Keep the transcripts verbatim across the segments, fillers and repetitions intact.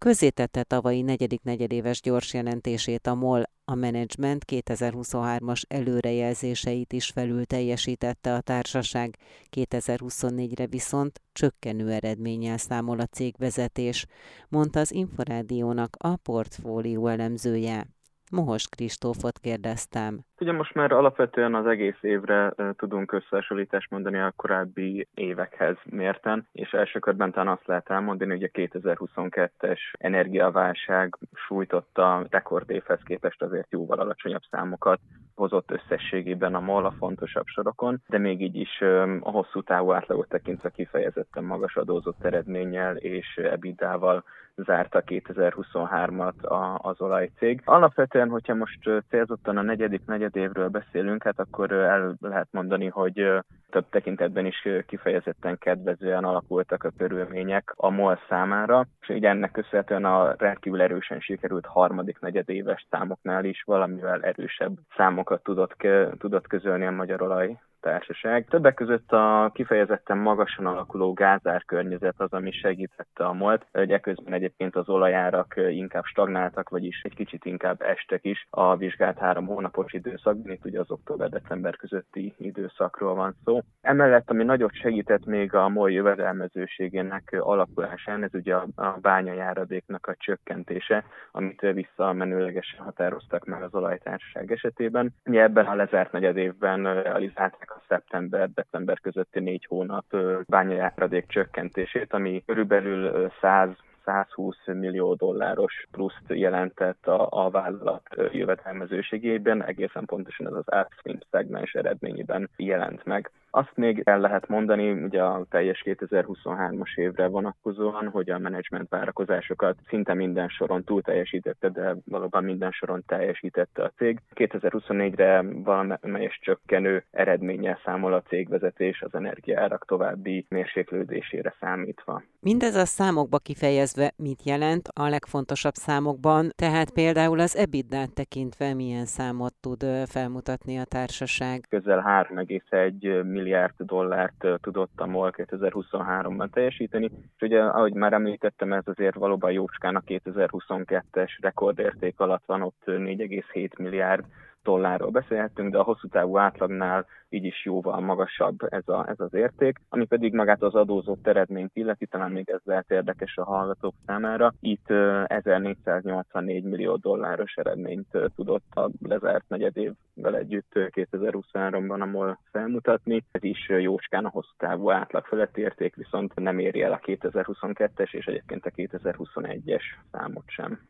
Közzétette tavalyi negyedik negyedéves gyors jelentését a MOL, a menedzsment kétezer-huszonhármas előrejelzéseit is felül teljesítette a társaság, kétezer-huszonnégyre viszont csökkenő eredménnyel számol a cégvezetés, mondta az Inforádiónak a portfólió elemzője. Mohos Kristófot kérdeztem. Ugye most már alapvetően az egész évre uh, tudunk összehasonlítást mondani a korábbi évekhez mérten, és első körben talán azt lehet elmondani, hogy a kétezer-huszonkettes energiaválság sújtotta rekordévhez képest azért jóval alacsonyabb számokat hozott összességében a MOL a fontosabb sorokon, de még így is um, a hosszú távú átlagot tekintve kifejezetten magas adózott eredménnyel és ebitdával zárta kétezer-huszonhármat az olajcég. Alapvetően, hogyha most célzottan a negyedik negyedévről beszélünk, hát akkor el lehet mondani, hogy több tekintetben is kifejezetten kedvezően alakultak a körülmények a MOL számára, és így ennek köszönhetően a rendkívül erősen sikerült harmadik negyedéves számoknál is valamivel erősebb számokat tudott, tudott közölni a Magyar Olaj Társaság. Többek között a kifejezetten magasan alakuló gázárkörnyezet az, ami segítette a MOL-t, hogy eközben egyébként az olajárak inkább stagnáltak, vagyis egy kicsit inkább estek is a vizsgált három hónapos időszakban, itt ugye az október-december közötti időszakról van szó. Emellett, ami nagyot segített még a MOL jövedelmezőségének alakulásán, ez ugye a, a bányajáradéknak a csökkentése, amit visszamenőlegesen határoztak meg az olajtársaság esetében. Ugye ebben a lezárt negyedévben realizálták a szeptember-december közötti négy hónap bányajáradék csökkentését, ami körülbelül száz-százhúsz millió dolláros pluszt jelentett a, a vállalat jövedelmezőségében, egészen pontosan ez az upstream szegmens eredményében jelent meg. Azt még el lehet mondani, ugye a teljes kétezer-huszonhármas évre vonatkozóan, hogy a menedzsment várakozásokat szinte minden soron túl teljesítette, de valóban minden soron teljesítette a cég. kétezer-huszonnégyre valamelyes csökkenő eredménnyel számol a cégvezetés az energiaárak további mérséklődésére számítva. Mindez a számokba kifejezve mit jelent a legfontosabb számokban, tehát például az ebitdát tekintve milyen számot tud felmutatni a társaság? Közel három egész egy milliárd dollárt tudott a MOL kétezer-huszonháromban teljesíteni, és ugye, ahogy már említettem, ez azért valóban jócskán a kétezer-huszonkettes rekordérték alatt van, ott négy egész hét milliárd dollárról beszélhetünk, de a hosszú távú átlagnál így is jóval magasabb ez, a, ez az érték, ami pedig magát az adózott eredményt illeti, talán még ez lehet érdekes a hallgatók számára. Itt ezernégyszáznyolcvannégy millió dolláros eredményt tudott a lezárt negyedévvel együtt kétezer-huszonháromban a MOL felmutatni. Ez is jócskán a hosszú távú átlag feletti érték, viszont nem éri el a kétezer-huszonkettes és egyébként a kétezer-huszonegyes számot sem.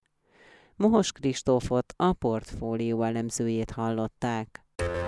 Mohos Kristófot, a portfólió elemzőjét hallották.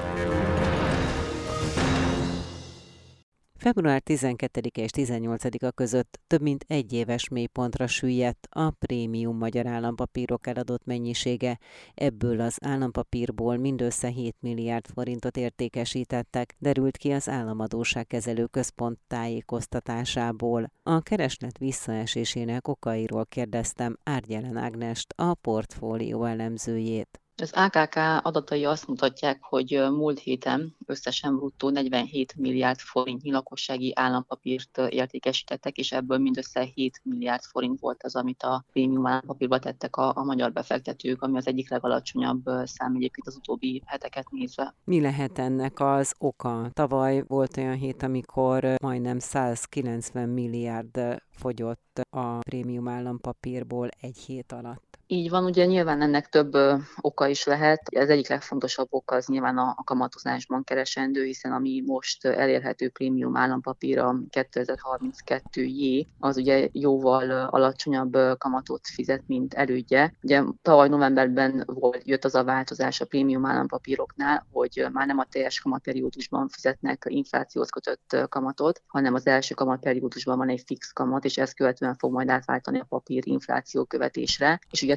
február tizenkettedike és tizennyolcadika között több mint egy éves mélypontra süllyedt a prémium magyar állampapírok eladott mennyisége. Ebből az állampapírból mindössze hét milliárd forintot értékesítettek, derült ki az Államadósságkezelő Központ tájékoztatásából. A kereslet visszaesésének okairól kérdeztem Árgyelen Ágnest, a portfólió elemzőjét. Az á ká ká adatai azt mutatják, hogy múlt héten összesen bruttó negyvenhét milliárd forintnyi lakossági állampapírt értékesítettek, és ebből mindössze hét milliárd forint volt az, amit a prémium állampapírba tettek a, a magyar befektetők, ami az egyik legalacsonyabb szám egyébként az utóbbi heteket nézve. Mi lehet ennek az oka? Tavaly volt olyan hét, amikor majdnem százkilencven milliárd fogyott a prémium állampapírból egy hét alatt. Így van, ugye nyilván ennek több ö, oka is lehet. Az egyik legfontosabb oka az nyilván a, a kamatozásban keresendő, hiszen ami most elérhető prémium állampapír a kétezer-harminckettő J, az ugye jóval alacsonyabb kamatot fizet, mint elődje. Ugye tavaly novemberben volt, jött az a változás a prémium állampapíroknál, hogy már nem a teljes kamatperiódusban fizetnek inflációhoz kötött kamatot, hanem az első kamatperiódusban van egy fix kamat, és ezt követően fog majd átváltani a papír infláció követésre. És ugye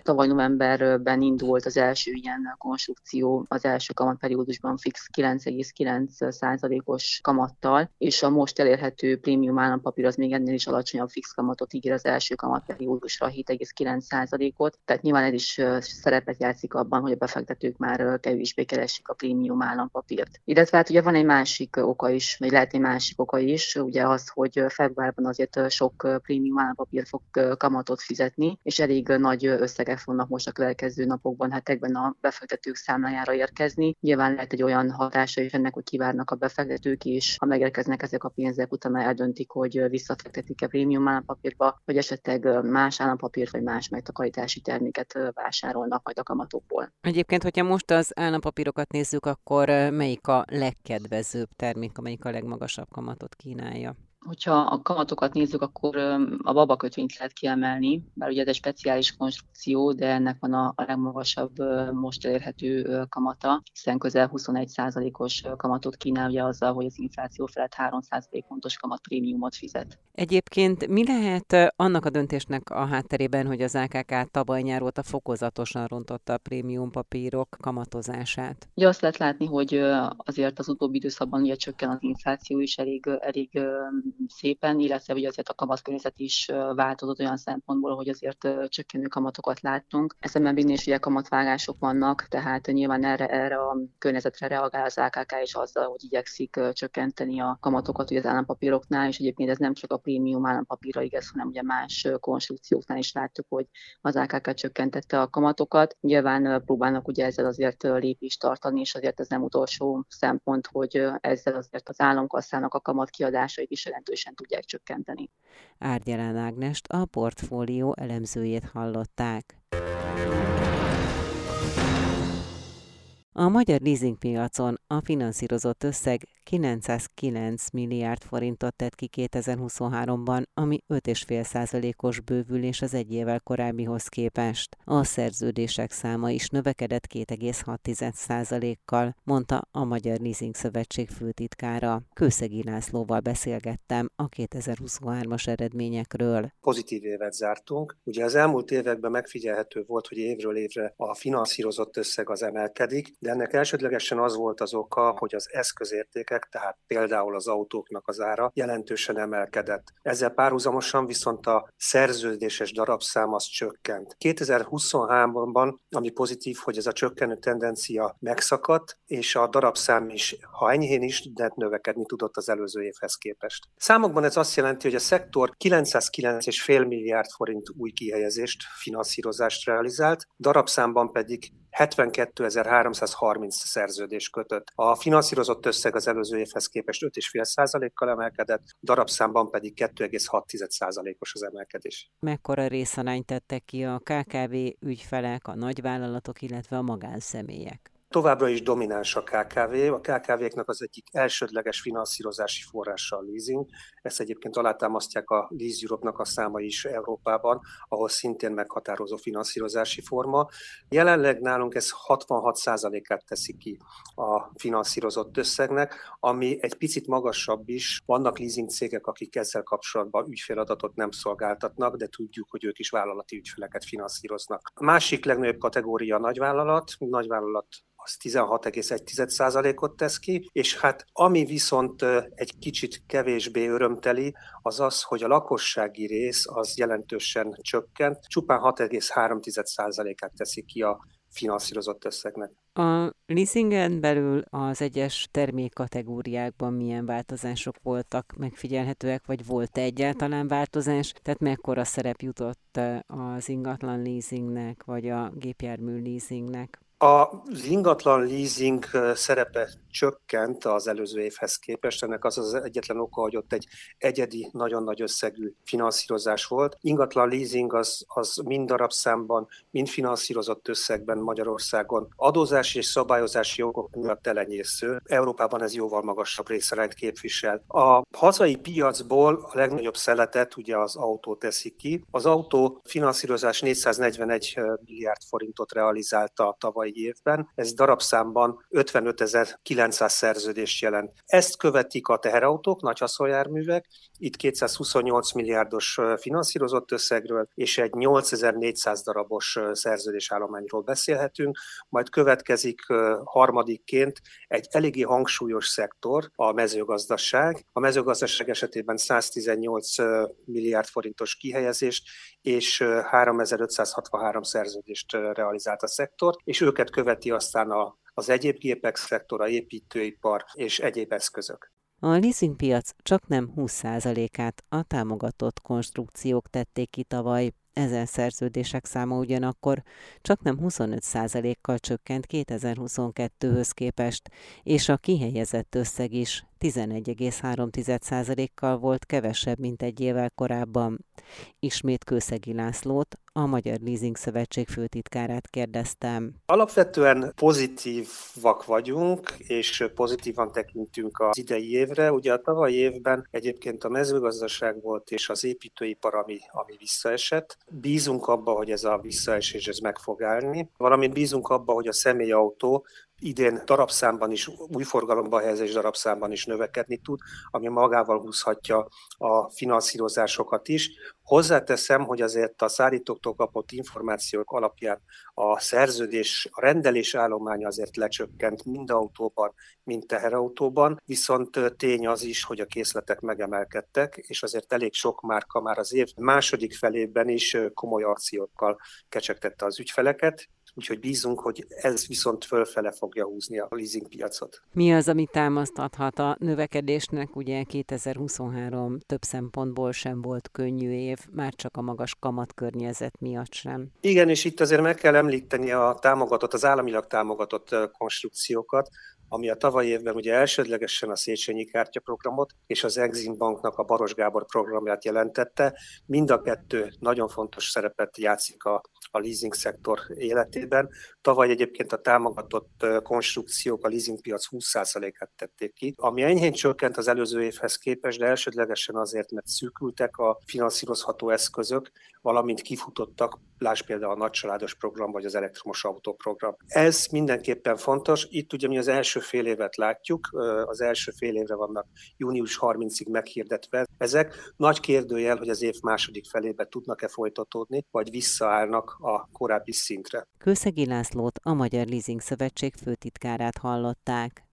tavaly novemberben indult az első ilyen konstrukció, az első kamatperiódusban fix kilenc egész kilenc százalékos kamattal, és a most elérhető prémium állampapír az még ennél is alacsonyabb fix kamatot ígér az első kamatperiódusra, hét egész kilenc százalékot. Tehát nyilván ez is szerepet játszik abban, hogy a befektetők már kevésbé keresik a prémium állampapírt. Illetve hát ugye van egy másik oka is, vagy lehet egy másik oka is, ugye az, hogy februárban azért sok prémium állampapír fog kamatot fizetni, és elég nagy összegek fognak most a következő napokban, hetekben a befektetők számlájára érkezni. Nyilván lehet egy olyan hatása is ennek, hogy kivárnak a befektetők is, ha megérkeznek ezek a pénzek, utána eldöntik, hogy visszafektetik-e prémium állampapírba, vagy esetleg más állampapírt vagy más megtakarítási terméket vásárolnak majd a kamatokból. Egyébként, hogyha most az állampapírokat nézzük, akkor melyik a legkedvezőbb termék, amelyik a legmagasabb kamatot kínálja? Hogyha a kamatokat nézzük, akkor a babakötvényt lehet kiemelni, bár ugye ez egy speciális konstrukció, de ennek van a legmagasabb most elérhető kamata, hiszen közel huszonegy százalékos kamatot kínál ugye azzal, hogy az infláció felett három százalék pontos kamatprémiumot fizet. Egyébként mi lehet annak a döntésnek a hátterében, hogy az á ká ká tavaly nyár óta fokozatosan rontotta a prémium papírok kamatozását? Ugye azt lehet látni, hogy azért az utóbbi időszakban ugye csökken az infláció is elég, elég szépen, illetve ugye azért a kamatkörnyezet is változott olyan szempontból, hogy azért csökkenő kamatokat láttunk. Ezen belül is ugye kamatvágások vannak, tehát nyilván erre, erre a környezetre reagál az á ká ká is azzal, hogy igyekszik csökkenteni a kamatokat ugye az állampapíroknál, és egyébként ez nem csak a prémium állampapírra igaz, hanem ugye más konstrukcióknál is láttuk, hogy az á ká ká csökkentette a kamatokat. Nyilván próbálnak ugye ezzel azért lépést tartani, és azért ez nem utolsó szempont, hogy ezzel azért az államkasszának a kamatkiadásait is jelentősen tudják csökkenteni. Árgyalán Ágnest, a portfólió elemzőjét hallották. A magyar leasingpiacon a finanszírozott összeg kilencszázkilenc milliárd forintot tett ki kétezer-huszonháromban, ami öt egész öt százalékos bővülés az egy évvel korábbihoz képest. A szerződések száma is növekedett két egész hat százalékkal, mondta a Magyar Leasing Szövetség főtitkára. Kőszegi Lászlóval beszélgettem a kétezer-huszonhármas eredményekről. Pozitív évet zártunk. Ugye az elmúlt években megfigyelhető volt, hogy évről évre a finanszírozott összeg az emelkedik, de ennek elsődlegesen az volt az oka, hogy az eszközértékek, tehát például az autóknak az ára jelentősen emelkedett. Ezzel párhuzamosan viszont a szerződéses darabszám az csökkent. kétezer-huszonháromban, ami pozitív, hogy ez a csökkenő tendencia megszakadt, és a darabszám is, ha enyhén is, de növekedni tudott az előző évhez képest. Számokban ez azt jelenti, hogy a szektor kilencszázkilenc egész öt milliárd forint új kihelyezést, finanszírozást realizált, darabszámban pedig hetvenkétezer-háromszázharminc szerződés kötött. A finanszírozott összeg az előző évhez képest öt egész öt százalékkal emelkedett, darabszámban pedig kettő egész hat százalékos az emelkedés. Mekkora részarányt tettek ki a ká ká vé ügyfelek, a nagyvállalatok, illetve a magánszemélyek? Továbbra is domináns a ká ká vé. A ká ká véknek az egyik elsődleges finanszírozási forrása a leasing. Ezt egyébként alátámasztják a Lease Europe-nak a számai is Európában, ahol szintén meghatározó finanszírozási forma. Jelenleg nálunk ez hatvanhat százalékát teszi ki a finanszírozott összegnek, ami egy picit magasabb is. Vannak leasing cégek, akik ezzel kapcsolatban ügyféladatot nem szolgáltatnak, de tudjuk, hogy ők is vállalati ügyfeleket finanszíroznak. A másik legnagyobb kategória a nagyvállalat. Nagyvállalat az tizenhat egész egy százalékot tesz ki, és hát ami viszont egy kicsit kevésbé örömteli, az az, hogy a lakossági rész az jelentősen csökkent, csupán hat egész három százalékát teszi ki a finanszírozott összegnek. A leasingen belül az egyes termékkategóriákban milyen változások voltak megfigyelhetőek, vagy volt egyáltalán változás? Tehát mekkora szerep jutott az ingatlan leasingnek, vagy a gépjármű leasingnek? Az ingatlan leasing szerepe csökkent az előző évhez képest, ennek az az egyetlen oka, hogy ott egy egyedi, nagyon nagy összegű finanszírozás volt. Ingatlan leasing az, az mind darabszámban, mind finanszírozott összegben Magyarországon adózási és szabályozási jogok miatt elenyésző. Európában ez jóval magasabb részarányt képvisel. A hazai piacból a legnagyobb szeletet ugye az autó teszi ki. Az autó finanszírozás négyszáznegyvenegy milliárd forintot realizálta a tavalyi évben. Ez darabszámban ötvenötezer-kilencszáz kilencszáz szerződést jelent. Ezt követik a teherautók, nagy haszonjárművek, itt kétszázhuszonnyolc milliárdos finanszírozott összegről, és egy nyolcezer-négyszáz darabos szerződésállományról beszélhetünk, majd következik harmadikként egy eléggé hangsúlyos szektor, a mezőgazdaság. A mezőgazdaság esetében száztizennyolc milliárd forintos kihelyezést és háromezer-ötszázhatvanhárom szerződést realizált a szektor, és őket követi aztán a, az egyéb gépek szektora, építőipar és egyéb eszközök. A leasingpiac csaknem húsz százalékát a támogatott konstrukciók tették ki tavaly. Ezen szerződések száma ugyanakkor csaknem huszonöt százalékkal csökkent kétezer-huszonkettőhöz képest, és a kihelyezett összeg is tizenegy egész három százalékkal volt kevesebb, mint egy évvel korábban. Ismét Kőszegi Lászlót, a Magyar Leasing Szövetség főtitkárát kérdeztem. Alapvetően pozitívak vagyunk, és pozitívan tekintünk az idei évre. Ugye a tavalyi évben egyébként a mezőgazdaság volt, és az építőipar, ami, ami visszaesett. Bízunk abba, hogy ez a visszaesés ez meg fog állni, valamint bízunk abba, hogy a személyautó idén darabszámban is, új forgalomba helyezés darabszámban is növekedni tud, ami magával húzhatja a finanszírozásokat is. Hozzáteszem, hogy azért a szállítóktól kapott információk alapján a szerződés, a rendelés állománya azért lecsökkent mind autóban, mind teherautóban, viszont tény az is, hogy a készletek megemelkedtek, és azért elég sok márka már az év második felében is komoly akciókkal kecsegtette az ügyfeleket, úgyhogy bízunk, hogy ez viszont fölfele fogja húzni a leasingpiacot. Mi az, ami támasztathat a növekedésnek? Ugye kétezer-huszonhárom több szempontból sem volt könnyű év, már csak a magas kamatkörnyezet miatt sem. Igen, és itt azért meg kell említeni a támogatott, az államilag támogatott konstrukciókat, ami a tavalyi évben ugye elsődlegesen a Széchenyi kártyaprogramot és az Exim Banknak a Baros Gábor programját jelentette. Mind a kettő nagyon fontos szerepet játszik a, a leasing szektor életében. Tavaly egyébként a támogatott konstrukciók a leasingpiac húsz százalékát tették ki, ami enyhén csökkent az előző évhez képest, de elsődlegesen azért, mert szűkültek a finanszírozható eszközök, valamint kifutottak, lásd például a nagycsaládos program vagy az elektromos autóprogram. Ez mindenképpen fontos. Itt ugye mi az első fél évet látjuk, az első fél évre vannak június harmincadikáig meghirdetve ezek. Nagy kérdőjel, hogy az év második felébe tudnak-e folytatódni, vagy visszaállnak a korábbi szintre. Kőszegi Lászlót, a Magyar Leasing Szövetség főtitkárát hallották.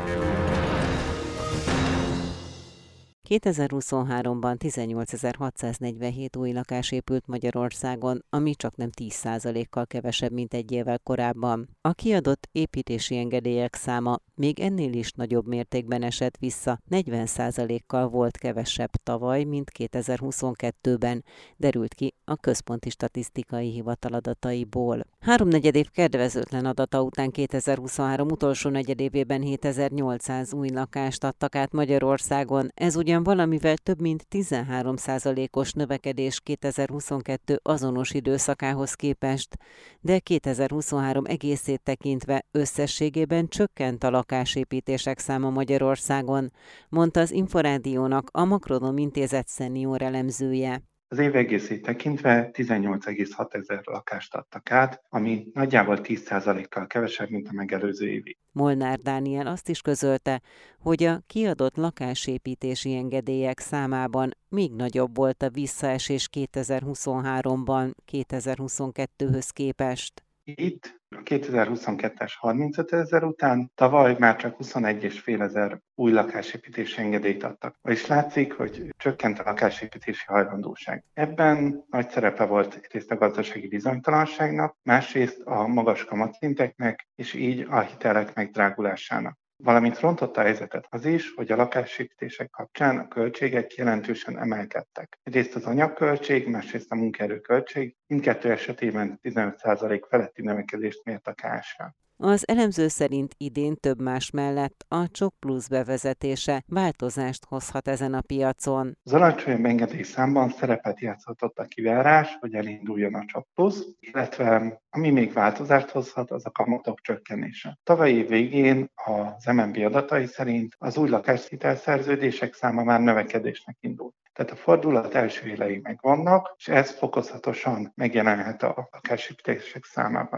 kétezer-huszonháromban tizennyolcezer-hatszáznegyvenhét új lakás épült Magyarországon, ami csaknem tíz százalékkal kevesebb, mint egy évvel korábban. A kiadott építési engedélyek száma még ennél is nagyobb mértékben esett vissza, negyven százalékkal volt kevesebb tavaly, mint kétezer-huszonkettőben, derült ki a Központi Statisztikai Hivatal adataiból. Háromnegyed év kedvezőtlen adata után kétezer-huszonhárom utolsó negyedévében hétezer-nyolcszáz új lakást adtak át Magyarországon, ez ugyan valamivel több mint tizenhárom százalékos növekedés kétezer-huszonkettő azonos időszakához képest, de kétezer-huszonhárom egészét tekintve összességében csökkent a lakásépítések száma Magyarországon, mondta az Inforádiónak a Makronom Intézet szenior elemzője. Az év egészét tekintve tizennyolc egész hat ezer lakást adtak át, ami nagyjából tíz százalékkal kevesebb, mint a megelőző évi. Molnár Dániel azt is közölte, hogy a kiadott lakásépítési engedélyek számában még nagyobb volt a visszaesés kétezer-huszonháromban kétezer-huszonkettőhöz képest. Itt a kétezer-huszonkettes harmincöt ezer után tavaly már csak huszonegy egész öt ezer új lakásépítési engedélyt adtak. És látszik, hogy csökkent a lakásépítési hajlandóság. Ebben nagy szerepe volt egyrészt a gazdasági bizonytalanságnak, másrészt a magas kamatszinteknek, és így a hitelek megdrágulásának. Valamint rontotta a helyzetet az is, hogy a lakásépítések kapcsán a költségek jelentősen emelkedtek. Egyrészt az anyagköltség, másrészt a munkaerőköltség, mindkettő esetében tizenöt százalék feletti növekedést mért a ká es há. Az elemző szerint idén több más mellett a Csok Plusz bevezetése változást hozhat ezen a piacon. Az alacsonyabb engedélyszámban szerepet játszhatott a kivárás, hogy elinduljon a Csok Plusz, illetve ami még változást hozhat, az a kamatok csökkenése. Tavalyi év végén az em en bé adatai szerint az új lakáshitelszerződések száma már növekedésnek indult. Tehát a fordulat első élei megvannak, és ez fokozatosan megjelenhet a lakásépítések számában is.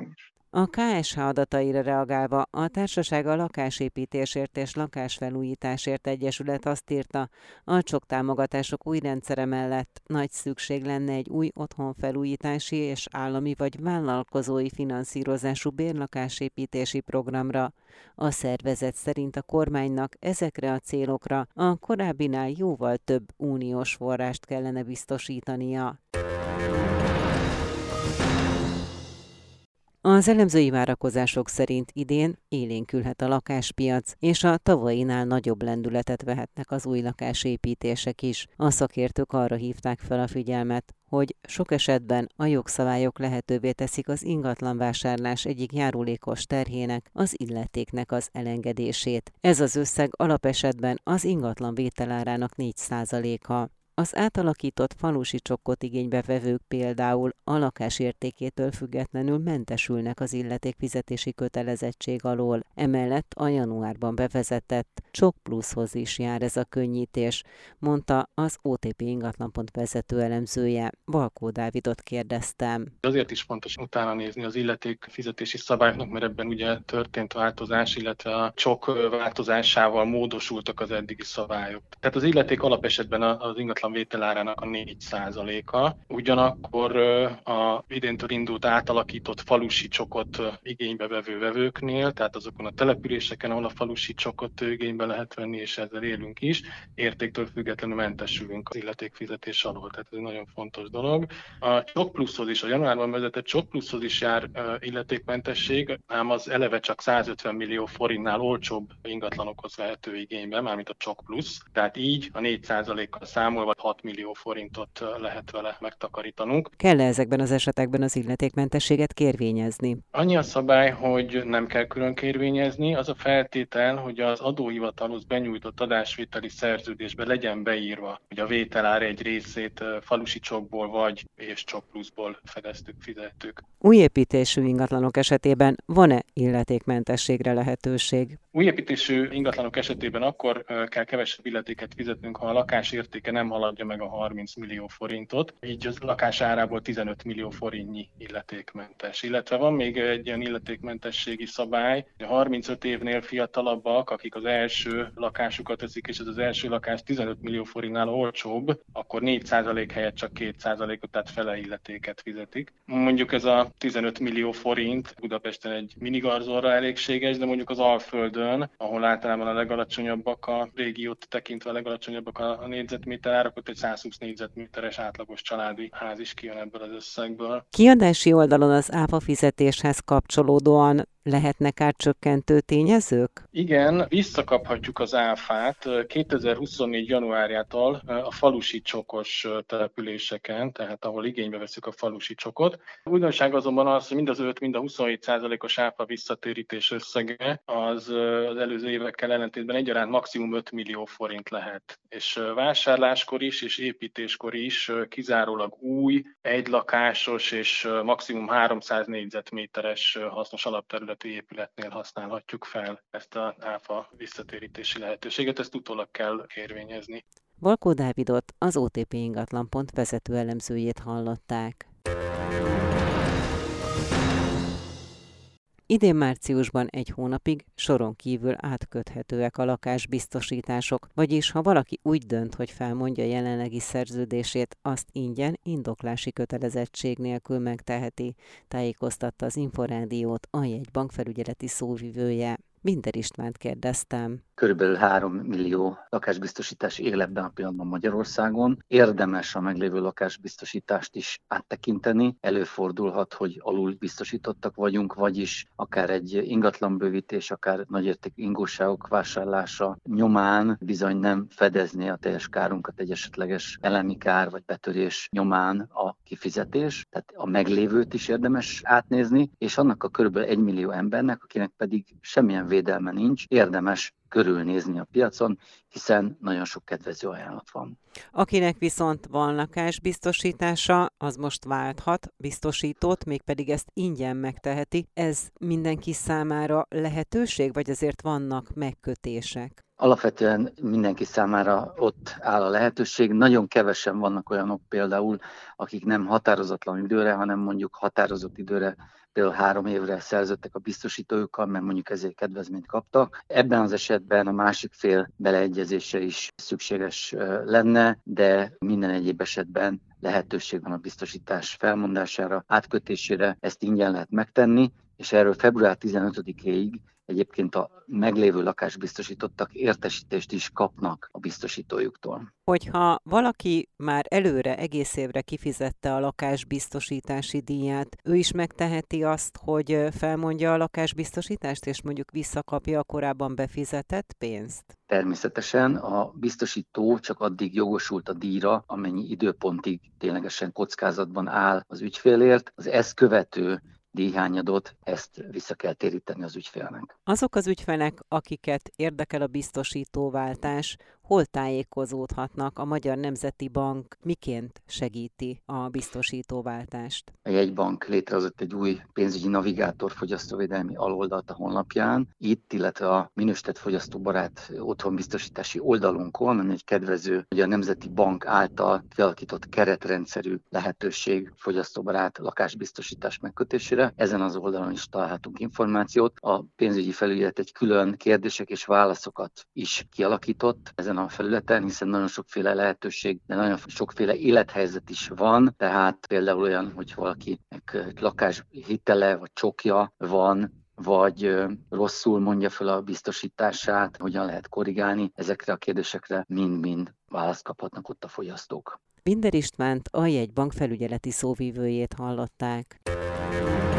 A ká es há adataira reagálva a társaság a lakásépítésért és lakásfelújításért egyesület azt írta, a csok támogatások új rendszere mellett nagy szükség lenne egy új otthonfelújítási és állami vagy vállalkozói finanszírozású bérlakásépítési programra. A szervezet szerint a kormánynak ezekre a célokra a korábbinál jóval több uniós forrást kellene biztosítania. Az elemzői várakozások szerint idén élénkülhet a lakáspiac, és a tavainál nagyobb lendületet vehetnek az új lakásépítések is. A szakértők arra hívták fel a figyelmet, hogy sok esetben a jogszabályok lehetővé teszik az ingatlanvásárlás egyik járulékos terhének, az illetéknek az elengedését. Ez az összeg alapesetben az ingatlan vételárának négy százaléka. Az átalakított falusi csokkot igénybe vevők például a lakás értékétől függetlenül mentesülnek az illetékfizetési kötelezettség alól. Emellett a januárban bevezetett Csok Pluszhoz is jár ez a könnyítés, mondta az o té pé ingatlan.pont vezető elemzője. Valkó Dávidot kérdeztem. Azért is fontos utána nézni az illetékfizetési szabályoknak, mert ebben ugye történt változás, illetve a csok változásával módosultak az eddigi szabályok. Tehát az illeték alapesetben az ingatlan vételárának a négy százaléka. Ugyanakkor a idéntől indult átalakított falusi csokot igénybe vevő vevőknél, tehát azokon a településeken, ahol a falusi csokot igénybe lehet venni, és ezzel élünk is, értéktől függetlenül mentesülünk az illetékfizetés alól. Tehát ez egy nagyon fontos dolog. A Csok Pluszhoz is, a januárban vezetett Csok Pluszhoz is jár illetékmentesség, ám az eleve csak százötven millió forintnál olcsóbb ingatlanokhoz vehető igénybe, mármint a Csok Plusz. Tehát így a négy százalékkal számolva hat millió forintot lehet vele megtakarítanunk. Kell-e ezekben az esetekben az illetékmentességet kérvényezni? Annyi a szabály, hogy nem kell külön kérvényezni. Az a feltétel, hogy az adóhivatalhoz benyújtott adásvételi szerződésbe legyen beírva, hogy a vételár egy részét falusi csokból vagy és Csok Pluszból fedeztük, fizettük. Új építésű ingatlanok esetében van-e illetékmentességre lehetőség? Új építésű ingatlanok esetében akkor kell kevesebb illetéket fizetnünk, ha a lakás értéke nem haladja meg a harminc millió forintot, így az lakás árából tizenöt millió forintnyi illetékmentes. Illetve van még egy ilyen illetékmentességi szabály, hogy a harmincöt évnél fiatalabbak, akik az első lakásukat teszik, és ez az első lakás tizenöt millió forintnál olcsóbb, akkor négy százalék helyett csak két százalékot, tehát fele illetéket fizetik. Mondjuk ez a tizenöt millió forint Budapesten egy minigarzonra elégséges, de mondjuk az Alföldön, ahol általában a legalacsonyabbak a régiót tekintve a legalacsonyabbak a négyzetméter árak, ott egy százhúsz négyzetméteres átlagos családi ház is kijön ebből az összegből. Kiadási oldalon az áfa fizetéshez kapcsolódóan lehetnek átcsökkentő tényezők? Igen, visszakaphatjuk az áfát kétezer-huszonnégy januárjától a falusi csokos településeken, tehát ahol igénybe veszük a falusi csokot. Újdonság azonban az, hogy mind az öt, mind a huszonhét százalékos áfa visszatérítés összege az az előző évekkel ellentétben egyaránt maximum öt millió forint lehet. És vásárláskor is, és építéskor is kizárólag új, egylakásos és maximum háromszáz négyzetméteres hasznos alapterület épületnél használhatjuk fel ezt az áfa visszatérítési lehetőséget, ezt utólag kell kérvényezni. Valkó Dávidot, az o té pé ingatlan.pont vezető elemzőjét hallották. Idén márciusban egy hónapig soron kívül átköthetőek a lakásbiztosítások, vagyis ha valaki úgy dönt, hogy felmondja jelenlegi szerződését, azt ingyen, indoklási kötelezettség nélkül megteheti, tájékoztatta az Inforádiót a jegybank felügyeleti szóvivője. Binder Istvánt kérdeztem. Körülbelül három millió lakásbiztosítás él ebben a pillanatban Magyarországon. Érdemes a meglévő lakásbiztosítást is áttekinteni. Előfordulhat, hogy alul biztosítottak vagyunk, vagyis akár egy ingatlanbővítés, akár nagyértékű ingóságok vásárlása nyomán bizony nem fedezné a teljes kárunkat egy esetleges elemi kár vagy betörés nyomán a kifizetés. Tehát a meglévőt is érdemes átnézni, és annak a körülbelül egy millió embernek, akinek pedig semmilyen védelme nincs, érdemes körülnézni a piacon, hiszen nagyon sok kedvező ajánlat van. Akinek viszont van lakásbiztosítása, az most válthat biztosítót, mégpedig ezt ingyen megteheti. Ez mindenki számára lehetőség, vagy azért vannak megkötések? Alapvetően mindenki számára ott áll a lehetőség. Nagyon kevesen vannak olyanok például, akik nem határozatlan időre, hanem mondjuk határozott időre, például három évre szerződtek a biztosítójukkal, mert mondjuk ezért kedvezményt kaptak. Ebben az esetben a másik fél beleegyezése is szükséges lenne, de minden egyéb esetben lehetőség van a biztosítás felmondására, átkötésére, ezt ingyen lehet megtenni, és erről február tizenötödikéig egyébként a meglévő lakásbiztosítottak értesítést is kapnak a biztosítójuktól. Hogyha valaki már előre egész évre kifizette a lakásbiztosítási díját, ő is megteheti azt, hogy felmondja a lakásbiztosítást, és mondjuk visszakapja a korábban befizetett pénzt? Természetesen a biztosító csak addig jogosult a díjra, amennyi időpontig ténylegesen kockázatban áll az ügyfélért. Az ezt követő díjhányadot, ezt vissza kell téríteni az ügyfélnek. Azok az ügyfelek, akiket érdekel a biztosítóváltás, hol tájékozódhatnak? A Magyar Nemzeti Bank miként segíti a biztosítóváltást? A jegybank létrehozott egy új pénzügyi navigátor fogyasztóvédelmi aloldalt a honlapján. Itt, illetve a minősített fogyasztóbarát otthonbiztosítási oldalunkon, ami egy kedvező, hogy a Nemzeti Bank által kialakított keretrendszerű lehetőség fogyasztóbarát lakásbiztosítás megkötésére. Ezen az oldalon is találhatunk információt. A pénzügyi felügyelet egy külön kérdések és válaszokat is kialakított ezen a felületen, hiszen nagyon sokféle lehetőség, de nagyon sokféle élethelyzet is van, tehát például olyan, hogy valakinek lakáshitele vagy csokja van, vagy rosszul mondja fel a biztosítását, hogyan lehet korrigálni, ezekre a kérdésekre mind-mind választ kaphatnak ott a fogyasztók. Binder Istvánt, a jegybank felügyeleti szóvivőjét hallották.